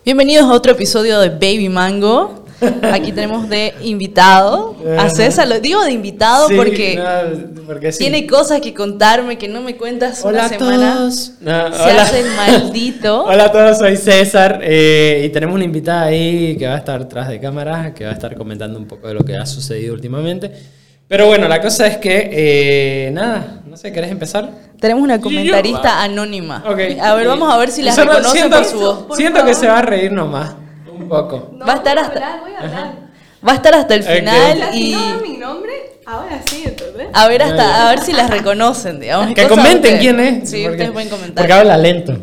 Bienvenidos a otro episodio de Baby Mango. Aquí tenemos de invitado a César. Lo digo de invitado porque sí. Tiene cosas que contarme que no me cuentas. Hola una semana. A todos. Se hace el maldito. Hola a todos, soy César y tenemos una invitada ahí que va a estar tras de cámara, que va a estar comentando un poco de lo que ha sucedido últimamente. Pero bueno, la cosa es que, no sé, ¿querés empezar? Tenemos una comentarista anónima. Okay. A ver, vamos a ver si la reconocen por su voz. Siento que se va a reír nomás, un poco. No, va a estar hasta... Voy a hablar. Va a estar hasta el final y... y... no mi nombre, ahora sí, ¿entendés? A ver si las reconocen, digamos. Que comenten quién es. Sí, ustedes pueden comentar. Porque habla lento.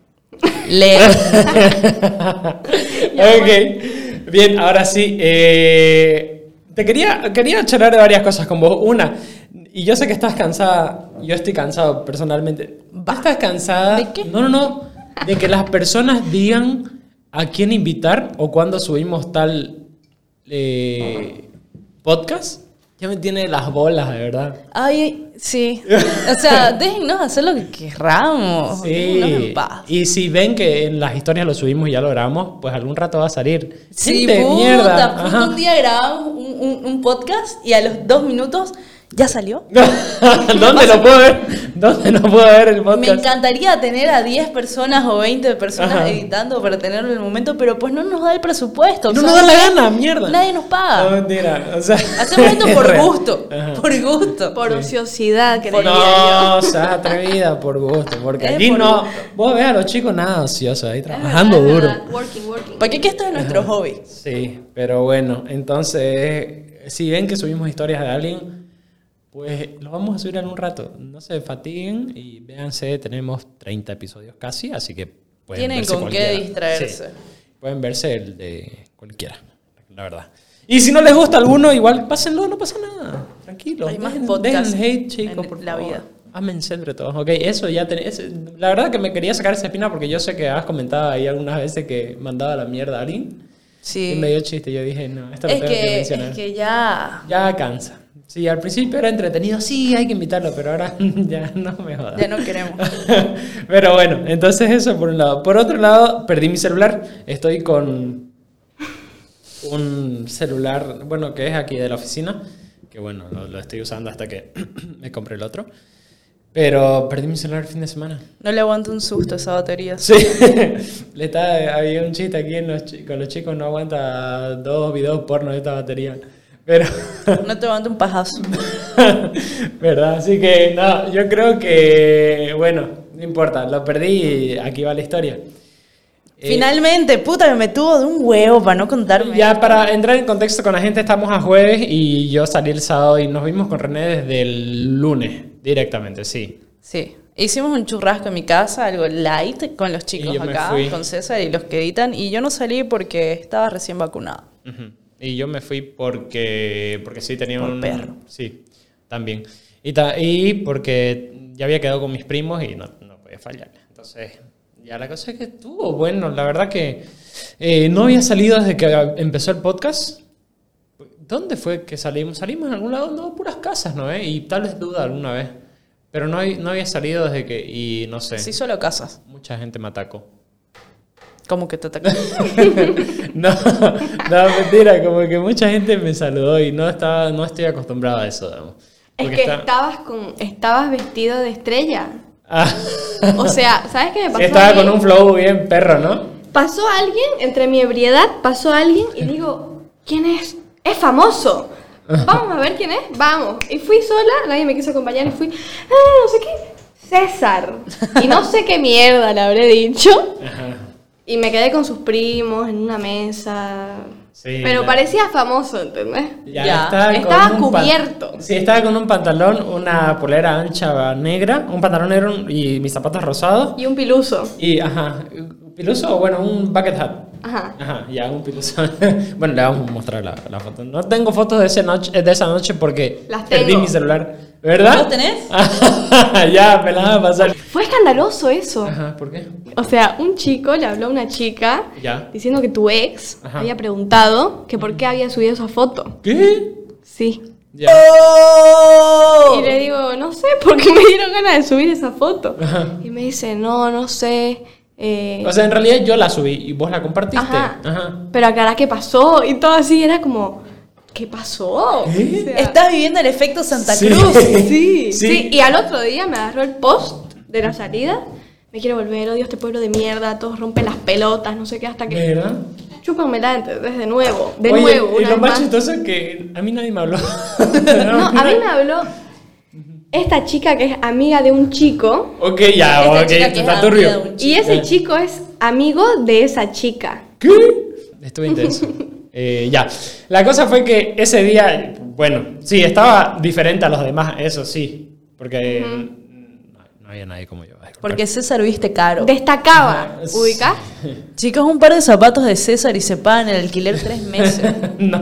Ok, bien, ahora sí. Te quería charlar de varias cosas con vos. Una, y yo sé que estás cansada, yo estoy cansado personalmente. ¿Estás cansada? ¿De qué? No, de que las personas digan a quién invitar o cuándo subimos tal podcast. Ya me tiene las bolas, de verdad. Ay, sí. O sea, déjennos hacer lo que querramos. Sí. En paz. Y si ven que en las historias lo subimos y ya lo grabamos, pues algún rato va a salir. Sí, Gente, puta, mierda. puta, un día grabamos un podcast y a los 2 minutos ya salió. ¿Dónde lo puedo ver? ¿Dónde no puedo ver el podcast? Me encantaría tener a 10 personas o 20 personas Ajá. editando para tenerlo en el momento, pero pues no nos da el presupuesto. No nos da la gana, mierda. Nadie nos paga. No, mentira. O sea, hacemos esto por real. gusto. Ajá. Por gusto. Por ociosidad, creía yo. No, o sea, atrevida por gusto. Porque Es aquí por no. gusto. Vos ves a los chicos nada ociosos ahí trabajando Es duro. verdad, working. Porque aquí esto es nuestro hobby. Sí, pero bueno, entonces, si ven que subimos historias de alguien, pues lo vamos a subir en un rato. No se fatiguen y véanse, tenemos 30 episodios casi, así que pueden Tienen verse con cualquiera. qué distraerse. Sí, pueden verse el de cualquiera, la verdad. Y si no les gusta alguno, igual pásenlo, no pasa nada. Tranquilo. Hay más dejen podcasts hate, chicos, en por la favor. vida. Ámense entre todos. Ok, eso ya tenés. La verdad que me quería sacar esa espina porque yo sé que has comentado ahí algunas veces que mandaba la mierda a alguien. Sí. Y me dio chiste, yo dije, no, esto lo Es tengo que mencionar. es que ya... Ya cansa. Sí, al principio era entretenido, sí, hay que invitarlo, pero ahora ya no me jodas. Ya no queremos. Pero bueno, entonces eso por un lado. Por otro lado, perdí mi celular. Estoy con un celular, bueno, que es aquí de la oficina, que bueno, lo estoy usando hasta que me compré el otro. Pero perdí mi celular el fin de semana. No le aguanto un susto a esa batería. Sí, había un chiste aquí con los chicos, no aguanta 2 videos porno de esta batería. Pero No te aguanto un pajazo. ¿verdad? Así que no, yo creo que, bueno, no importa, lo perdí y aquí va la historia. Finalmente, puta, me tuvo de un huevo para no contarme. Ya para entrar en contexto con la gente, estamos a jueves y yo salí el sábado y nos vimos con René desde el lunes, directamente, sí. Sí. Hicimos un churrasco en mi casa, algo light, con los chicos Y yo me acá, fui. con César y los que editan. Y yo no salí porque estaba recién vacunado. Ujú. Y yo me fui porque sí tenía Por un... perro. Sí, también. Y porque ya había quedado con mis primos y no podía fallar. Entonces, ya la cosa es que estuvo bueno. La verdad que no había salido desde que empezó el podcast. ¿Dónde fue que salimos? ¿Salimos en algún lado? No, puras casas, ¿no? Y tal vez duda alguna vez. Pero no había salido desde que... Y no sé. Sí, solo casas. Mucha gente me atacó. Como que te atacó. No, mentira, como que mucha gente me saludó y no estoy acostumbrado a eso, digamos. Es Porque que estabas vestido de estrella. Ah. O sea, ¿sabes qué me pasó? Sí, estaba a mí? con un flow bien perro, ¿no? Pasó alguien, entre mi ebriedad, pasó alguien y digo, ¿quién es? Es famoso. Vamos a ver quién es. Vamos. Y fui sola, nadie me quiso acompañar y fui, no sé qué, César. Y no sé qué mierda le habré dicho. Ajá. Y me quedé con sus primos en una mesa. Sí, Pero ya. parecía famoso, ¿entendés? Ya. Estaba con un cubierto. Sí, estaba con un pantalón, una polera ancha negra, un pantalón negro y mis zapatos rosados. Y un piluso. Y, ajá, ¿piluso o bueno, un bucket hat? Ajá. Ajá, ya, un piluso. Bueno, le vamos a mostrar la foto. No tengo fotos de esa noche porque Las perdí tengo. mi celular. ¿Verdad? ¿Los tenés? Ya, me la vas a pasar. Fue escandaloso eso. Ajá, ¿por qué? O sea, un chico le habló a una chica Ya. diciendo que tu ex Ajá. había preguntado que por qué había subido esa foto. ¿Qué? Sí. Ya. ¡Oh! Y le digo, no sé, porque me dieron ganas de subir esa foto. Ajá. Y me dice, no sé, O sea, en realidad yo la subí y vos la compartiste. Ajá. Pero aclará qué pasó y todo así, era como, ¿qué pasó? ¿Eh? O sea, Estás viviendo el efecto Santa Sí. Cruz. sí. Y al otro día me agarró el post de la salida. Me quiero volver, odio este pueblo de mierda, todos rompen las pelotas, no sé qué, hasta que... ¿Verdad? Chúpamela, ¿entendés? De nuevo, Oye, nuevo. y una lo vez más más. chistoso es que a mí nadie me habló. No, a mí me habló esta chica que es amiga de un chico. Ok, ya, Esta ok, chica que está es turbio. amiga de un Y ese chico es amigo de esa chica. ¿Qué? Estuvo intenso. Ya, la cosa fue que ese día, bueno, sí, estaba diferente a los demás, eso sí, porque no había nadie como yo. Porque César viste caro. Destacaba, Ajá, ¿ubicás? Chicos, un par de zapatos de César y se pagan el alquiler 3 meses.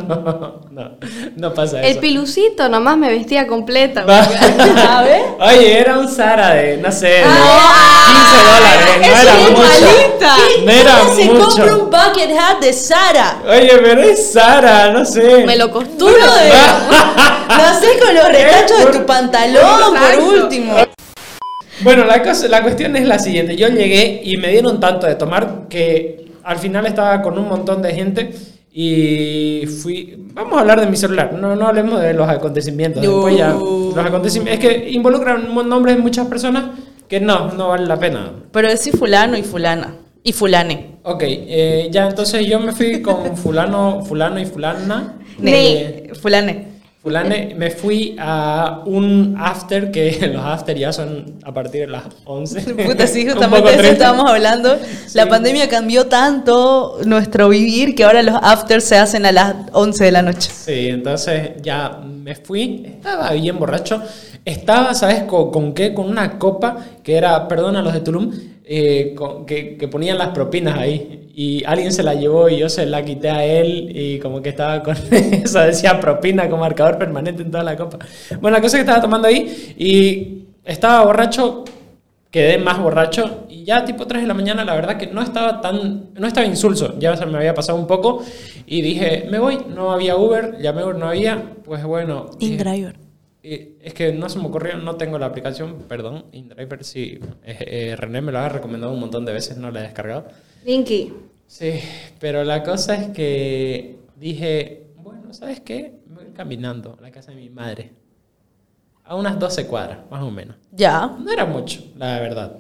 No pasa El eso. pilucito nomás me vestía completa. A ver. Oye, era un Zara de, no sé, de $15, no eso era es mucho. igualita. No era ¿Cómo se compra mucho. un bucket hat de Sara? Oye, pero es Zara, no sé. Me lo costuro. Lo haces con los retachos de tu pantalón, Exacto. por último. Bueno, la cuestión es la siguiente. Yo llegué y me dieron tanto de tomar que al final estaba con un montón de gente y fui... Vamos a hablar de mi celular, no hablemos de los acontecimientos. Después ya, los acontecimientos... Es que involucran nombres de muchas personas que no vale la pena. Pero decís fulano y fulana. Y fulane. Ok, ya entonces yo me fui con fulano y fulana. Fulane. Fulane, me fui a un after, que los after ya son a partir de las 11. Puta, sí, Un justamente poco de eso triste. estábamos hablando. La Sí. pandemia cambió tanto nuestro vivir que ahora los afters se hacen a las 11 de la noche. Sí, entonces ya me fui, estaba bien borracho. Estaba, ¿sabes con qué? Con una copa que era, perdón a los de Tulum, que ponían las propinas ahí. Y alguien se la llevó y yo se la quité a él y como que estaba con eso, decía propina con marcador permanente en toda la copa. Bueno, la cosa es que estaba tomando ahí y estaba borracho, quedé más borracho y ya tipo 3 de la mañana la verdad que no estaba insulso, ya se me había pasado un poco y dije, me voy, no había Uber, llamé Uber, no había, pues bueno. InDriver. Es que no se me ocurrió, no tengo la aplicación, perdón, InDriver, sí, René me lo ha recomendado un montón de veces, no la he descargado. Linky. Sí, pero la cosa es que dije, bueno, ¿sabes qué? Me voy caminando a la casa de mi madre, a unas 12 cuadras, más o menos. Ya. No era mucho, la verdad.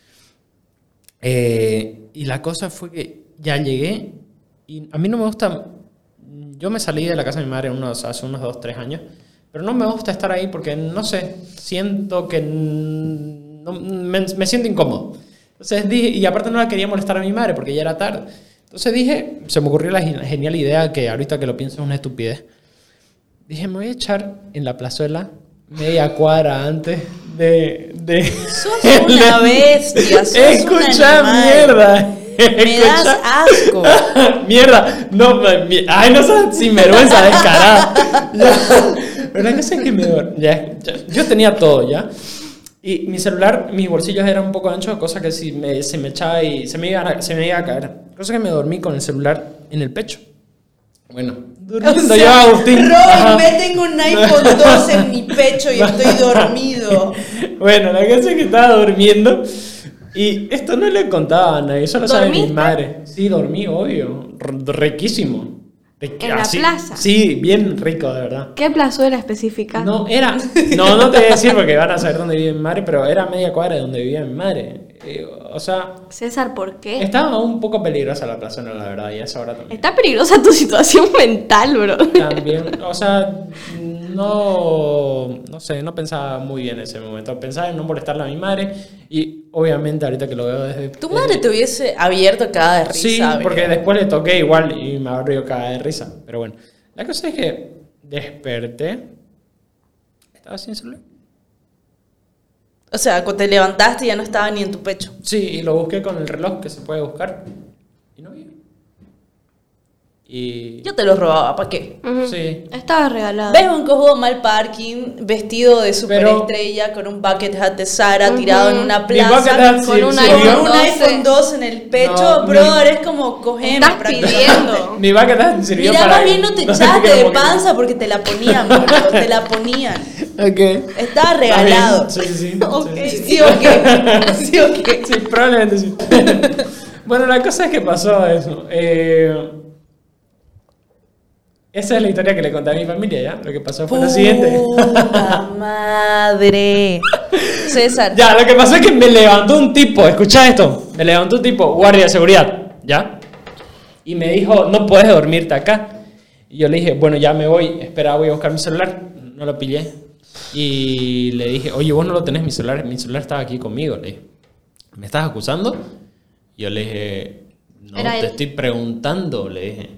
Y la cosa fue que ya llegué y a mí no me gusta, yo me salí de la casa de mi madre hace unos 2-3 años, pero no me gusta estar ahí porque, no sé, siento que me siento incómodo. Entonces dije, y aparte no la quería molestar a mi madre porque ya era tarde. Entonces dije, se me ocurrió la genial idea que ahorita que lo pienso es una estupidez. Dije, me voy a echar en la plazuela media cuadra antes de Sos una bestia, sos escucha, un animal. mierda. Me das asco. Mierda, no, ay, no seas sinvergüenza descarada. Ya. Pero la cosa es que yo tenía todo ya. Y mi celular, mis bolsillos eran un poco anchos, cosa que si se me echaba y se me iba a caer. Cosa que me dormí con el celular en el pecho. Bueno, durmiendo yo, Agustín. Robin, me tengo un iPhone 12 en mi pecho y estoy dormido. Bueno, la cosa es que estaba durmiendo. Y esto no le contaba a nadie, eso lo sabe mi madre. Sí, dormí, obvio. Riquísimo. ¿En la plaza? Sí, bien rico, de verdad. ¿Qué plazuela específica? No te voy a decir porque van a saber dónde vive mi madre, pero era media cuadra de donde vivía mi madre. O sea, César, ¿por qué? estaba un poco peligrosa la plazuela, la verdad, y a esa hora también. Está peligrosa tu situación mental, bro. También, o sea, no sé, no pensaba muy bien en ese momento. Pensaba en no molestarle a mi madre y obviamente ahorita que lo veo desde... Tu madre te hubiese abierto cada de risa. Sí, ¿verdad? porque después le toqué igual y me abrió cada de risa. Pero bueno, la cosa es que desperté, estaba sin celular. O sea, cuando te levantaste ya no estaba ni en tu pecho. Sí, y lo busqué con el reloj que se puede buscar y no había. Y... Yo te lo robaba, ¿para qué? Sí. Estaba regalado. Ves un cojudo mal parking, vestido de superestrella, con un bucket hat de Zara, tirado en una plaza, con un iPhone 2 en el pecho. No, brother, es como cogeme. Estás pidiendo. Mi bucket hat sirvió Mira, para... más bien no te echaste de panza porque te la ponían, boludo, te la ponían. Okay. Estaba regalado. Sí. Okay. ¿Sí o qué? ¿Sí o qué? Sí, probablemente sí. Bueno, la cosa es que pasó eso. Esa es la historia que le conté a mi familia, ¿ya? Lo que pasó fue lo siguiente. ¡Puta madre! César. Ya, lo que pasó es que me levantó un tipo, escucha esto. Me levantó un tipo, guardia de seguridad, ¿ya? Y me dijo, no puedes dormirte acá. Y yo le dije, bueno, ya me voy, espera, voy a buscar mi celular. No lo pillé. Y le dije, oye, vos no lo tenés mi celular estaba aquí conmigo. Le dije, ¿me estás acusando? Y yo le dije, no, te estoy preguntando, le dije.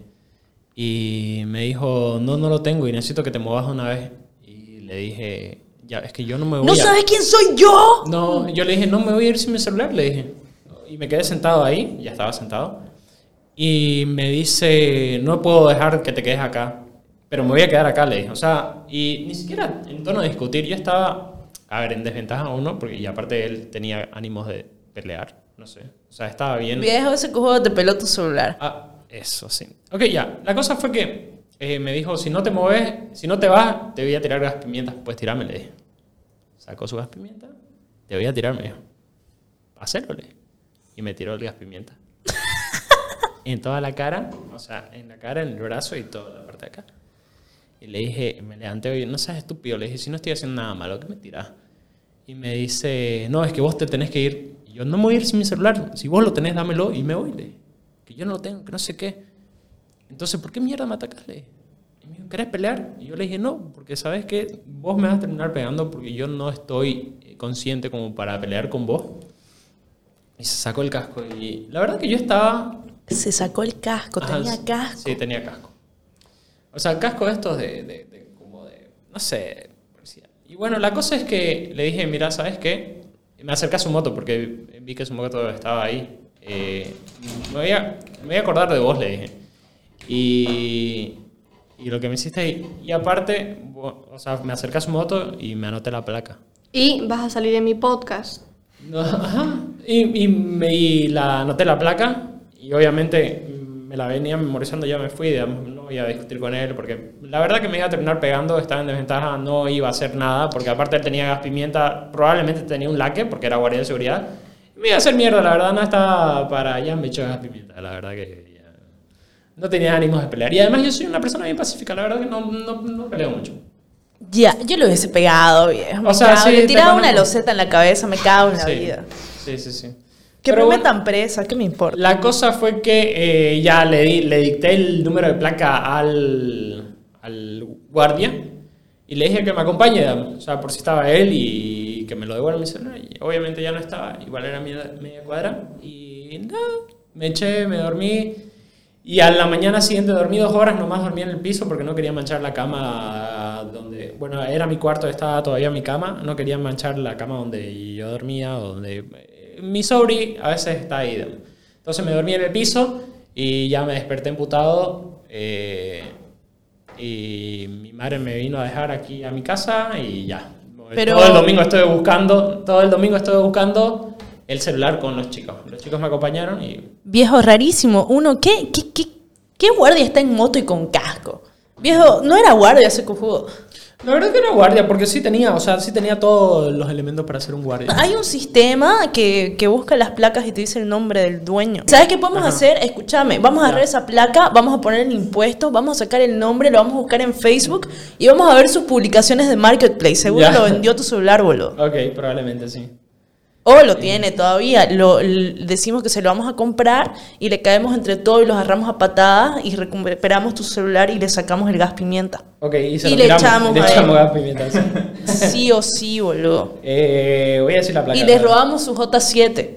Y me dijo, no lo tengo y necesito que te muevas una vez. Y le dije, ya, es que yo no me voy ¿No sabes quién soy yo? No, yo le dije, no me voy a ir sin mi celular, le dije. Y me quedé sentado ahí, ya estaba sentado. Y me dice, no puedo dejar que te quedes acá, pero me voy a quedar acá, le dije. O sea, y ni siquiera en tono de discutir, yo estaba, a ver, en desventaja uno, porque y aparte él tenía ánimos de pelear, no sé. O sea, estaba bien. Viejo, ese cojudo te peló tu celular. Eso sí. Ok, ya. La cosa fue que me dijo, si no te mueves, si no te vas, te voy a tirar gas pimienta. Pues tirame, le dije. Sacó su gas pimienta. Te voy a tirar, me dijo. Hacelo, le dije. Y me tiró el gas pimienta. En toda la cara, o sea, en la cara, en el brazo y toda la parte de acá. Y le dije, me levanté y no seas estúpido. Le dije, si no estoy haciendo nada malo, ¿qué me tirás? Y me dice, no, es que vos te tenés que ir. Y yo, no me voy a ir sin mi celular. Si vos lo tenés, dámelo y me voy, le dije. Que yo no lo tengo, que no sé qué. Entonces, ¿por qué mierda me atacas? Le dije. Y me dijo, ¿querés pelear? Y yo le dije, no, porque sabes que vos me vas a terminar pegando porque yo no estoy consciente como para pelear con vos. Y se sacó el casco. Y la verdad que yo estaba... Se sacó el casco, tenía casco. Sí, tenía casco. O sea, casco estos como de, no sé. Y bueno, la cosa es que le dije, mira, ¿sabes qué? Me acerqué a su moto porque vi que su moto estaba ahí. Me voy a acordar de vos, le dije. Y lo que me hiciste ahí. Y aparte, o sea, me acerqué a su moto y me anoté la placa. Y vas a salir en mi podcast. Ajá. Y la anoté la placa. Y obviamente me la venía memorizando, ya me fui, digamos, no voy a discutir con él porque la verdad que me iba a terminar pegando, estaba en desventaja, no iba a hacer nada porque aparte él tenía gas pimienta, probablemente tenía un laque porque era guardia de seguridad. Me iba a hacer mierda, la verdad no estaba para... Ya me echó gas pimienta, la verdad que ya no tenía ánimos de pelear. Y además yo soy una persona bien pacífica, la verdad que no peleo mucho. Ya, yo lo hubiese pegado, viejo. O sea, sí, le tiraba una loseta en la cabeza, me cago en la vida. Sí. Que me metan presa, ¿qué me importa? La cosa fue que ya le dicté el número de placa al guardia y le dije que me acompañe, o sea, por si estaba él y que me lo devuelva mi celular. Y obviamente ya no estaba, igual era media cuadra. Y nada, me eché, me dormí. Y a la mañana siguiente dormí 2 horas, nomás dormí en el piso porque no quería manchar la cama donde... Bueno, era mi cuarto, estaba todavía mi cama. No quería manchar la cama donde yo dormía o donde... Mi sobri a veces está ahí. Entonces me dormí en el piso y ya me desperté emputado. Y mi madre me vino a dejar aquí a mi casa y ya. Pero... Todo el domingo estuve buscando el celular con los chicos. Los chicos me acompañaron y... Viejo, rarísimo. Uno, ¿qué guardia está en moto y con casco? Viejo, no era guardia ese cojudo. La verdad que era guardia, porque sí tenía todos los elementos para ser un guardia. Hay un sistema que busca las placas y te dice el nombre del dueño. ¿Sabes qué podemos hacer? Escúchame, vamos a agarrar esa placa, vamos a poner el impuesto, vamos a sacar el nombre, lo vamos a buscar en Facebook y vamos a ver sus publicaciones de Marketplace. Seguro lo vendió tu celular, boludo. Ok, probablemente sí. O lo tiene todavía, decimos que se lo vamos a comprar y le caemos entre todos y los agarramos a patadas y recuperamos tu celular y le sacamos el gas pimienta. Ok, y le echamos gas pimienta. Sí o sí, boludo. Voy a decir la placa. Y le robamos su J7.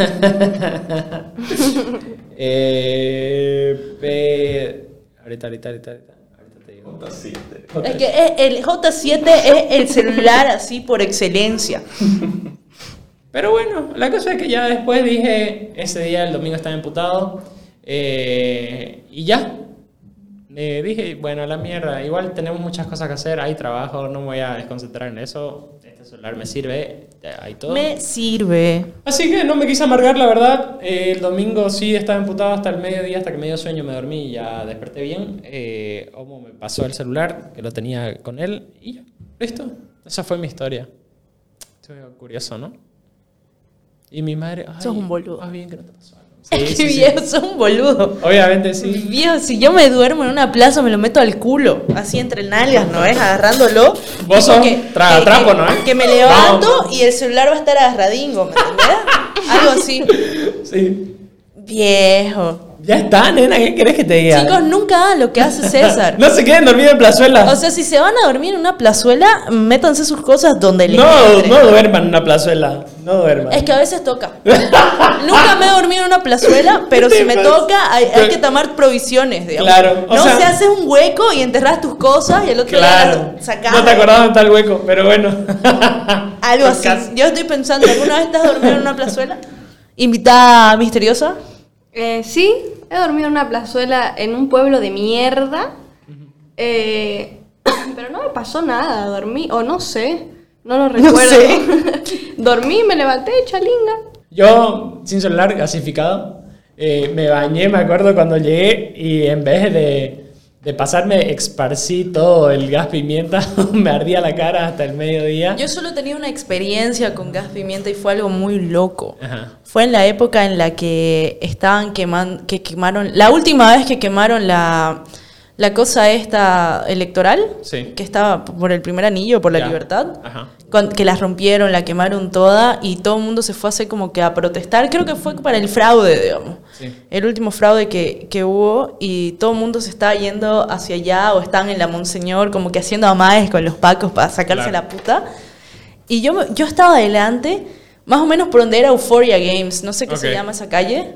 Ahorita te digo. J7. Es que el J7 es el celular así por excelencia. Pero bueno, la cosa es que ya después dije, ese día, el domingo estaba emputado, y ya, dije, bueno, a la mierda, igual tenemos muchas cosas que hacer, hay trabajo, no me voy a desconcentrar en eso. Este celular me sirve, hay todo. Me sirve. Así que no me quise amargar, la verdad. El domingo sí estaba emputado hasta el mediodía, hasta que me dio sueño, me dormí y ya desperté bien. Omo me pasó el celular, que lo tenía con él, y ya, listo. Esa fue mi historia. Estoy curioso, ¿no? Y mi madre... Ay, Sos un boludo. Bien que no te pasó algo. Sí, viejo, sos un boludo. Obviamente sí. Viejo, si yo me duermo en una plaza, me lo meto al culo, así entre nalgas, ¿no es? Agarrándolo. Vos sos trapo, ¿no? Que me levanto y el celular va a estar agarradingo, ¿me entendés? Algo así. Sí. Viejo. Ya está, nena, ¿qué querés que te diga? Chicos, nunca hagan lo que hace César. No se queden dormidos en plazuela. O sea, si se van a dormir en una plazuela, métanse sus cosas donde les No entre. duerman en una plazuela. No duerman. Es que a veces toca. Nunca me he dormido en una plazuela, pero si me toca, hay que tomar provisiones, digamos. Claro. No se hace un hueco y enterras tus cosas y el otro día las sacás. No te acordás dónde está el hueco, pero bueno. Algo así. Yo estoy pensando, ¿alguna vez te has dormido en una plazuela? ¿Invitada misteriosa? Sí, he dormido en una plazuela en un pueblo de mierda. Pero no me pasó nada, dormí, o no sé, no lo recuerdo. sé. Dormí, me levanté, chalinga. Yo, sin celular, gasificado, me bañé, me acuerdo cuando llegué, y en vez de pasarme, esparcí todo el gas pimienta, me ardía la cara hasta el mediodía. Yo solo tenía una experiencia con gas pimienta y fue algo muy loco. Ajá. Fue en la época en la que estaban quemaron, la última vez que quemaron la cosa esta electoral, Sí. que estaba por el primer anillo, por la Ya. libertad, Ajá. que las rompieron, la quemaron toda y todo el mundo se fue a hacer como que a protestar. Creo que fue para el fraude, digamos. Sí. El último fraude que hubo y todo el mundo se estaba yendo hacia allá o estaban en la Monseñor como que haciendo amagues con los pacos para sacarse Claro. la puta. Y yo estaba adelante, más o menos por donde era Euphoria Games, no sé qué se Ok. llama esa calle.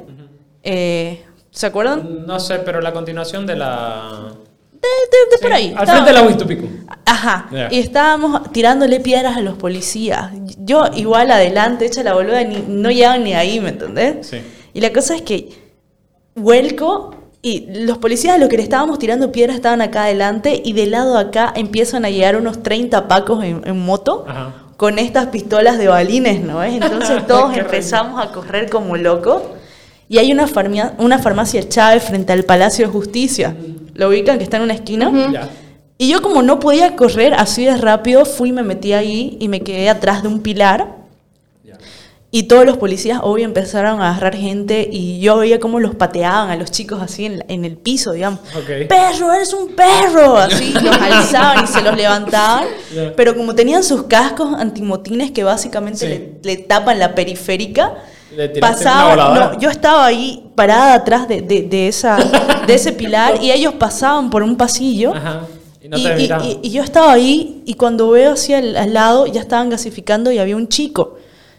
¿Se acuerdan? No sé, pero la continuación de la... De por ahí. Al frente de la Huistupico. Ajá, Ya. y estábamos tirándole piedras a los policías. Yo igual adelante, hecha la boluda, no llegaban ni ahí, ¿me entendés? Sí. Y la cosa es que vuelco y los policías a los que le estábamos tirando piedras estaban acá adelante y del lado de acá empiezan a llegar unos 30 pacos en moto Ajá. con estas pistolas de balines, ¿no ves? Entonces todos Qué empezamos a correr como locos y hay una farmacia Chávez frente al Palacio de Justicia. ¿Lo ubican? Que está en una esquina. Ya. Y yo como no podía correr así de rápido, fui y me metí ahí y me quedé atrás de un pilar. Ya. Y todos los policías, obvio, empezaron a agarrar gente y yo veía cómo los pateaban a los chicos así en el piso, digamos. Ok. ¡Perro, eres un perro! Así, los alzaban y se los levantaban. Ya. Pero como tenían sus cascos antimotines que básicamente Sí. le tapan la periférica, Le tiraste una pasaban, voladora. no, yo estaba ahí parada atrás de ese pilar y ellos pasaban por un pasillo. Ajá. Y no te evitaban. Y yo estaba ahí y cuando veo hacia al lado ya estaban gasificando y había un chico.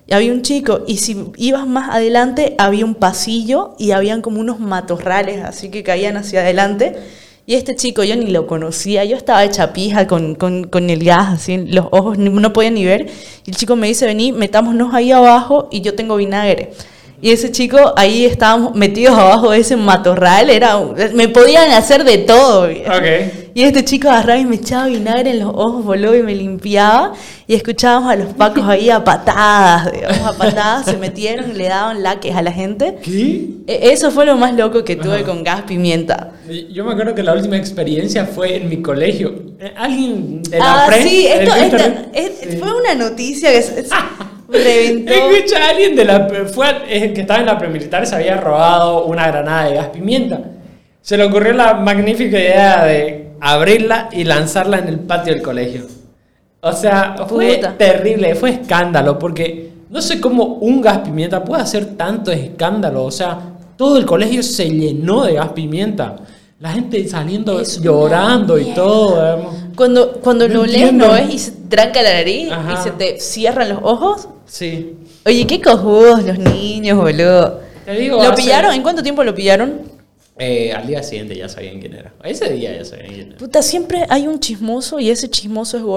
Y si ibas más adelante había un pasillo y habían como unos matorrales así que caían hacia adelante. Y este chico yo ni lo conocía, yo estaba hecha pija con el gas, así, los ojos no podía ni ver. Y el chico me dice, vení, metámonos ahí abajo y yo tengo vinagre. Y ese chico, ahí estábamos metidos abajo de ese matorral, me podían hacer de todo. ¿Viejo? Ok. Y este chico agarraba y me echaba vinagre en los ojos, boludo, y me limpiaba. Y escuchábamos a los pacos ahí a patadas, digamos, se metieron y le daban laques a la gente. ¿Qué? Eso fue lo más loco que tuve Ajá. con gas pimienta. Yo me acuerdo que la última experiencia fue en mi colegio. Alguien de la Sí, del Cristo Rey. Sí. fue una noticia que se reventó. Escucha, alguien que estaba en la premilitar se había robado una granada de gas pimienta. Se le ocurrió la magnífica idea de abrirla y lanzarla en el patio del colegio. O sea, fue Puta. terrible, fue escándalo, porque no sé cómo un gas pimienta puede hacer tanto escándalo. O sea, todo el colegio se llenó de gas pimienta. La gente saliendo Es llorando una y todo. digamos. Cuando No lo lees, entiendo. ¿no ves? Y se tranca la nariz Ajá. y se te cierran los ojos. Sí. Oye, qué cojudos los niños, boludo. Te digo, ¿Lo hace- pillaron? ¿En cuánto tiempo lo pillaron? Al día siguiente ya sabían quién era. Ese día ya sabían quién era. Puta, siempre hay un chismoso y ese chismoso es gordo.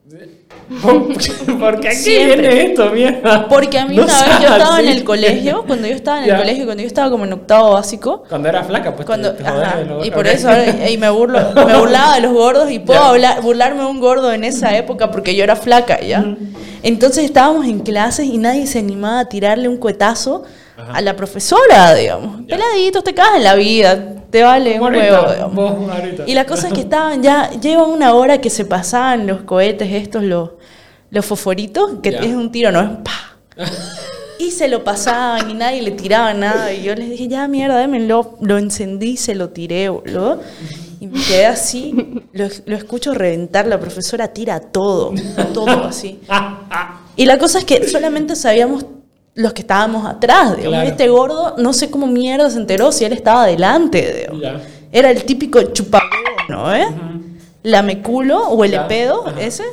¿Por qué aquí Siempre. viene esto, mierda? Porque a mí No una vez yo seas estaba en así. el colegio, cuando yo estaba en el Ya. colegio, cuando yo estaba como en octavo básico, Cuando era flaca, pues cuando, te jodés ajá, de lo- y por ok. eso ahora- y me burlaba de los gordos y puedo Ya. burlarme de un gordo en esa época porque yo era flaca, ¿ya? Entonces estábamos en clases y nadie se animaba a tirarle un cuetazo Ajá. a la profesora, digamos. Ya. Peladitos, te cagas en la vida, te vale un Ahorita, huevo, digamos. vos ahorita. Y la cosa es que estaban ya, lleva una hora que se pasaban los cohetes estos, los fosforitos, que Ya. es un tiro, ¿no? Es ¡pa! Y se lo pasaban y nadie le tiraba nada. Y yo les dije, ya mierda, démenlo. Lo encendí y se lo tiré, boludo. Y me quedé así, lo escucho reventar, la profesora tira todo así. Y la cosa es que solamente sabíamos los que estábamos atrás, digamos. Claro. Este gordo, no sé cómo mierda se enteró si él estaba adelante, digamos. Ya. Era el típico chupahuevo, ¿no? Lameculo, huele Ya. pedo, Ajá. ese.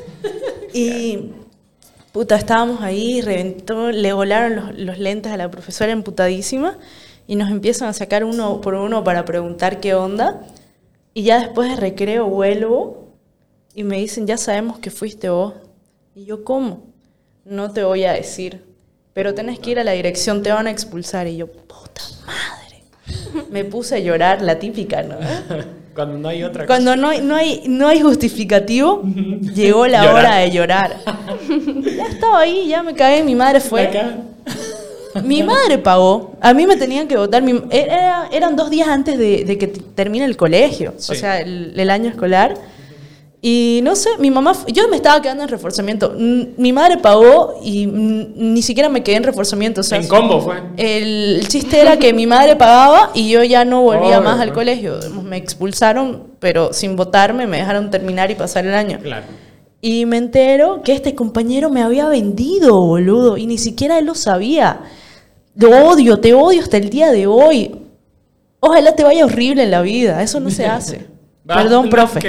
Y puta, estábamos ahí, reventó, le volaron los lentes a la profesora emputadísima y nos empiezan a sacar uno por uno para preguntar qué onda. Y ya después de recreo vuelvo y me dicen, ya sabemos que fuiste vos. Y yo, ¿cómo? No te voy a decir, pero tenés que ir a la dirección, te van a expulsar. Y yo, puta madre. Me puse a llorar, la típica, ¿no? Cuando no hay otra Cuando no hay justificativo, llegó la Llorar. hora de llorar. Ya estaba ahí, ya me cagué, mi madre cosa. fue. Acá. Mi madre pagó. A mí me tenían que votar. Eran 2 días antes de que termine el colegio, Sí. o sea, el año escolar. Y no sé, mi mamá, yo me estaba quedando en reforzamiento. Mi madre pagó y ni siquiera me quedé en reforzamiento. O sea, En combo fue. el chiste era que mi madre pagaba y yo ya no volvía Obvio, más al ¿no? colegio. Me expulsaron, pero sin votarme, me dejaron terminar y pasar el año. Claro. Y me entero que este compañero me había vendido, boludo, y ni siquiera él lo sabía. Lo odio, te odio hasta el día de hoy. Ojalá te vaya horrible en la vida, eso no se hace. Va, Perdón, no, profe.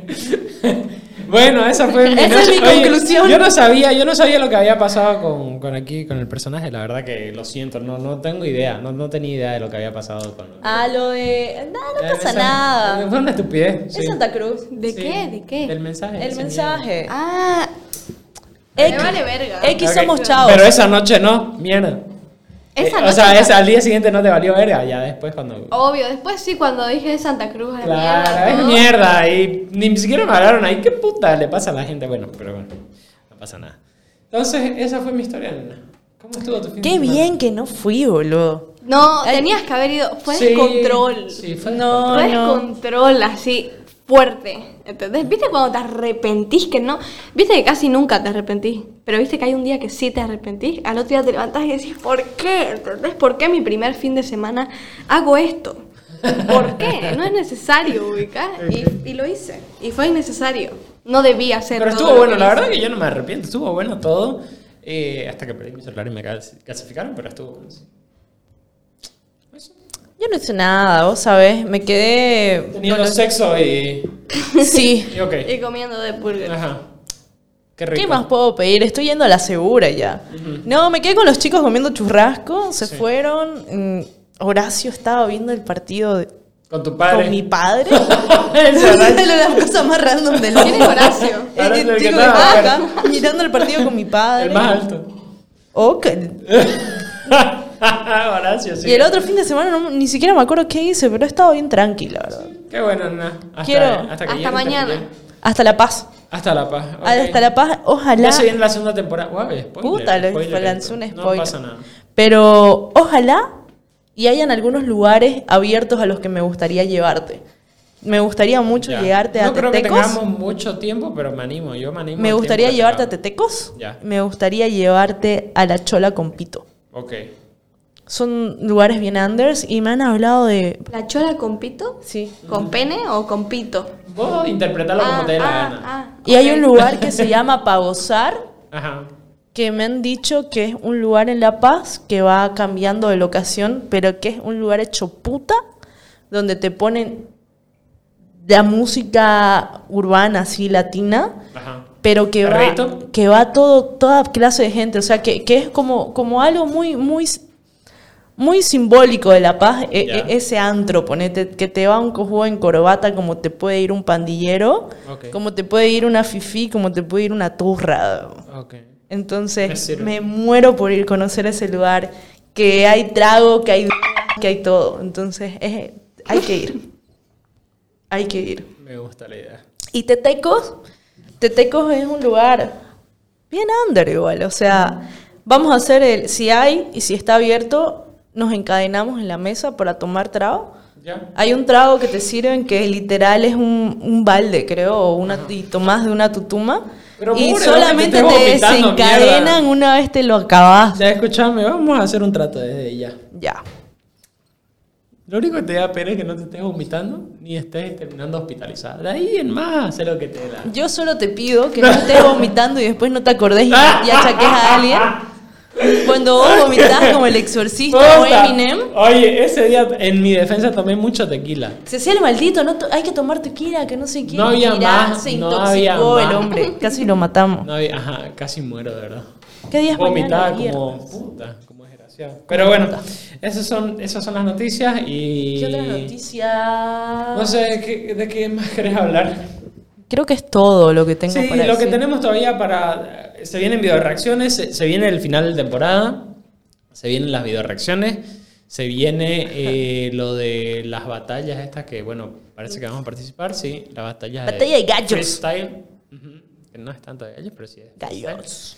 Bueno, esa fue mi Esa es noche. mi Oye, conclusión. Yo no sabía lo que había pasado con el personaje, la verdad que lo siento, no tengo idea, no tenía idea de lo que había pasado con Ah, lo de... No pasa Esa- nada. Fue una estupidez. Es sí. Santa Cruz. ¿De Sí. qué? ¿De qué? Del mensaje. El ese mensaje. Ah, X. me vale verga. X Ok. somos chavos. Pero esa noche no, mierda. Esa O noche sea, está- al día siguiente no te valió verga, ya después cuando... Obvio, después sí, cuando dije de Santa Cruz, a la Claro, mierda, es ¿no? mierda y ni siquiera me hablaron ahí. ¿Qué puta le pasa a la gente? Bueno, pero bueno, no pasa nada. Entonces, esa fue mi historia, nena. ¿Cómo estuvo tu fin de Qué semana? bien que no fui, boludo. No, Ay. tenías que haber ido. Fue Sí, descontrol. Sí, fue No, Fue descontrol. descontrol así, fuerte. ¿Entendés? ¿Viste cuando te arrepentís que no? ¿Viste que casi nunca te arrepentís? Pero viste que hay un día que sí te arrepentís. Al otro día te levantás y decís, ¿por qué? ¿Entendés? ¿Por qué mi primer fin de semana hago esto? ¿Por qué? No es necesario, ubicar. Y lo hice. Y fue innecesario. No debía hacerlo. Pero estuvo bueno, la verdad que yo no me arrepiento. Estuvo bueno todo. Hasta que perdí mi celular y me clasificaron, pero estuvo bueno. Sí. Yo no hice nada, vos sabés. Me quedé... Teniendo sexo y... Sí. y ok. Y comiendo de burger. Ajá. Qué rico. ¿Qué más puedo pedir? Estoy yendo a la segura ya. No, me quedé con los chicos comiendo churrasco. Se Sí. fueron. Horacio estaba viendo el partido Con tu padre. con mi padre. Ese Horacio. Era la cosa más random del ¿Quién es Horacio? Horacio, el que chico estaba que afuera. estaba acá, mirando el partido con mi padre. El más alto. Ok. Horacio, sí. Y el otro fin de semana ni siquiera me acuerdo qué hice, pero he estado bien tranquila, la verdad. Qué bueno, nena. Quiero- que hasta llegue, mañana. que llegue. Hasta La Paz. Hasta La Paz. ok. Hasta La Paz, ojalá. Ya se viene la segunda temporada. Guau, spoiler, Puta, lo spoiler lancé un esto. spoiler. No pasa nada. Pero ojalá y hayan algunos lugares abiertos a los que me gustaría llevarte. Me gustaría mucho Ya. llevarte a No creo que Tetecos. tengamos mucho tiempo, pero me animo. Yo me animo. Me al gustaría tiempo que llevarte a tengamos. Tetecos. Ya. Me gustaría llevarte a La Chola con Pito. Ok. Son lugares bien unders y me han hablado de... ¿La chola con pito? Sí. ¿Con pene o con pito? Vos interpretalo como te dé la gana. Y hay ok. un lugar que se llama Pagosar, Ajá. que me han dicho que es un lugar en La Paz que va cambiando de locación, pero que es un lugar hecho puta, donde te ponen la música urbana así latina, Ajá. pero que va, ¿Perrito? toda clase de gente, o sea, que es como algo muy, muy, muy simbólico de La Paz, Ya. ese antro, ponete, que te va un cojudo en corbata como te puede ir un pandillero, Ok. como te puede ir una fifí, como te puede ir una turra. Ok. Me Entonces, sirve. me muero por ir a conocer ese lugar, que hay trago, que hay que hay todo. Entonces, hay que ir. Hay que ir. Me gusta la idea. Y Tetecos es un lugar bien under igual, o sea, vamos a hacer si hay y si está abierto, nos encadenamos en la mesa para tomar trago. ¿Ya? Hay un trago que te sirven que literal es un balde, creo, y tomás de una tutuma. Pero Y pobre, solamente ¿no? Que te te estés vomitando, desencadenan mierda. una vez te lo acabás. Ya, escúchame, vamos a hacer un trato desde ya. Ya. Lo único que te da pena es que no te estés vomitando ni estés terminando hospitalizada. De ahí en más, hacer lo que te dé la... Yo solo te pido que no estés vomitando y después no te acordes y achaques a alguien. Cuando vos vomitás como el exorcista o Puta. Eminem, Oye, ese día en mi defensa tomé mucho tequila. se hacía el maldito, hay que tomar tequila, que no sé qué. No había Mirá, más, se no intoxicó había el más. hombre, casi lo matamos. No había, ajá, casi muero, de verdad. ¿Qué días Vomitaba mañana? como puta, como desgraciado. Pero bueno, esas son las noticias y... ¿Qué otras noticias? No sé, ¿de qué más querés hablar? Creo que es todo lo que tengo Sí, para lo que decir. tenemos todavía se vienen videoreacciones, se viene el final de temporada, se vienen las videoreacciones, se viene lo de las batallas estas que, bueno, parece que vamos a participar, sí, la batalla Batalla de gallos. freestyle, ujú, que no es tanto de gallos, pero sí es freestyle. Gallos.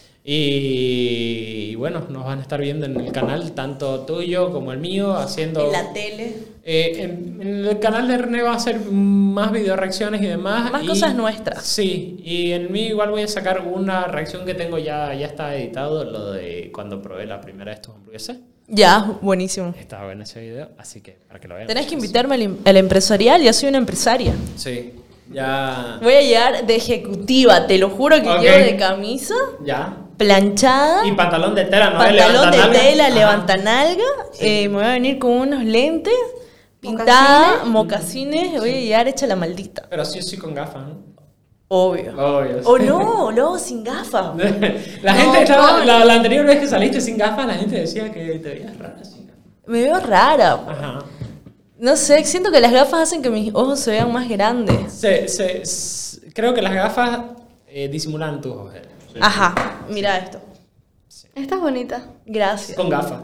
Y bueno, nos van a estar viendo en el canal, tanto tuyo como el mío, haciendo... En la tele. En el canal de René va a hacer más video reacciones y demás. Más y- cosas nuestras. Sí, y en mí igual voy a sacar una reacción que tengo ya está editado, lo de cuando probé la primera de estos hamburguesas. Ya, buenísimo. Está bueno ese video, así que para que lo vean. Tenés que invitarme al empresarial, ya soy una empresaria. Sí, ya... Voy a llegar de ejecutiva, te lo juro que Ok. llevo de camisa, Ya. planchada, Y pantalón de tela, ¿no? pantalón de Levantanalga. tela, Ajá. levantanalga, me voy a venir con unos lentes, pintada, mocasines, voy a llegar hecha la maldita. Pero sí con gafas, ¿no? Obvio. Obvio. O no, luego sin gafas. La gente No, estaba, Pablo. la anterior vez que saliste sin gafas, la gente decía que te veías rara sin gafas. Me veo rara. Ajá. No sé, siento que las gafas hacen que mis ojos se vean más grandes. Creo que las gafas disimulan tus ojeras. Ajá, mira esto. Estás bonita. Gracias. Con gafas.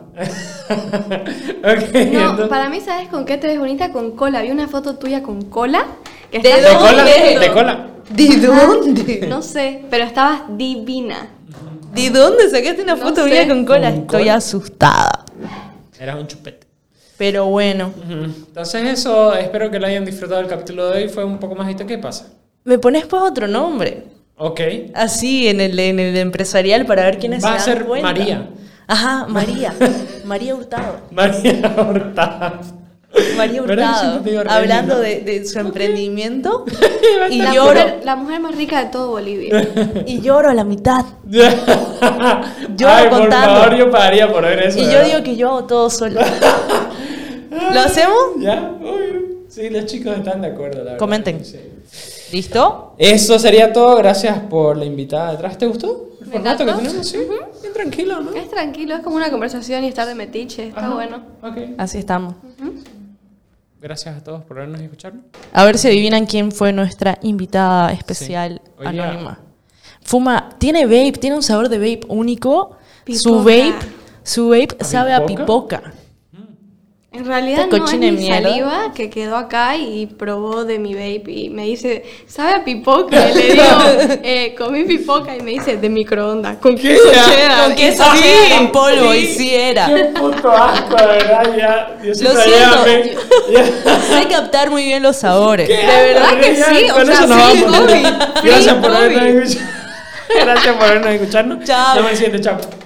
Ok, No, entonces- para mí, ¿sabes con qué te ves bonita? Con cola. Vi una foto tuya con cola. Que ¿De estás ¿De cola? ¿Dónde? ¿De cola? ¿De dónde? No sé, pero estabas divina. ¿De dónde sacaste una No foto sé. mía con cola? ¿Con Estoy cola? asustada. Eras un chupete. Pero bueno. Ujú. Entonces eso, espero que lo hayan disfrutado el capítulo de hoy. Fue un poco más esto. ¿Qué pasa? Me pones pues otro nombre. Ok. Así en el empresarial para ver quiénes Va a se dan ser cuenta. María. Ajá, María. María Hurtado. María Hurtado. María Pero yo Hurtado. siempre te digo Reni, Hablando ¿no? de su emprendimiento. y La lloro. la mujer más rica de todo Bolivia. Y lloro a la mitad. Yo Yo por contando. favor, yo pagaría por ver eso. Y de yo verdad. digo que yo hago todo solo. ¿Lo hacemos? ¿Ya? Obvio. Sí, los chicos están de acuerdo, la verdad. Comenten. Sí. ¿Listo? Eso sería todo. Gracias por la invitada detrás. ¿Te gustó el Me formato que encantó. tenemos? Sí. Bien tranquilo, ¿no? Es tranquilo, es como una conversación y estar de metiche. Está Ajá. bueno. Ok. Así estamos. Gracias a todos por vernos y escucharnos. A ver si adivinan quién fue nuestra invitada especial Sí. Hoy día- anónima. Fuma, tiene vape, tiene un sabor de vape único. Pipoca. Su vape sabe a pipoca? pipoca. En realidad Esta no es cochina de mi mierda. saliva que quedó acá y probó de mi vape y me dice, ¿sabe a pipoca? Y le digo, comí pipoca y me dice, de microondas, con queso cheddar. Con queso Ah, cheddar en sí, polvo sí. y si era. Qué puto asco, de verdad. Ya. Diosito, Lo siento. ayúdame. Ya. Sé captar muy bien los sabores. ¿Qué? De verdad que Ya, sí, con o sea, eso nos free vamos. COVID, Gracias free por habernos COVID. escuchado. Gracias por habernos escuchado. Chao. Nos vemos en el siguiente. Chao.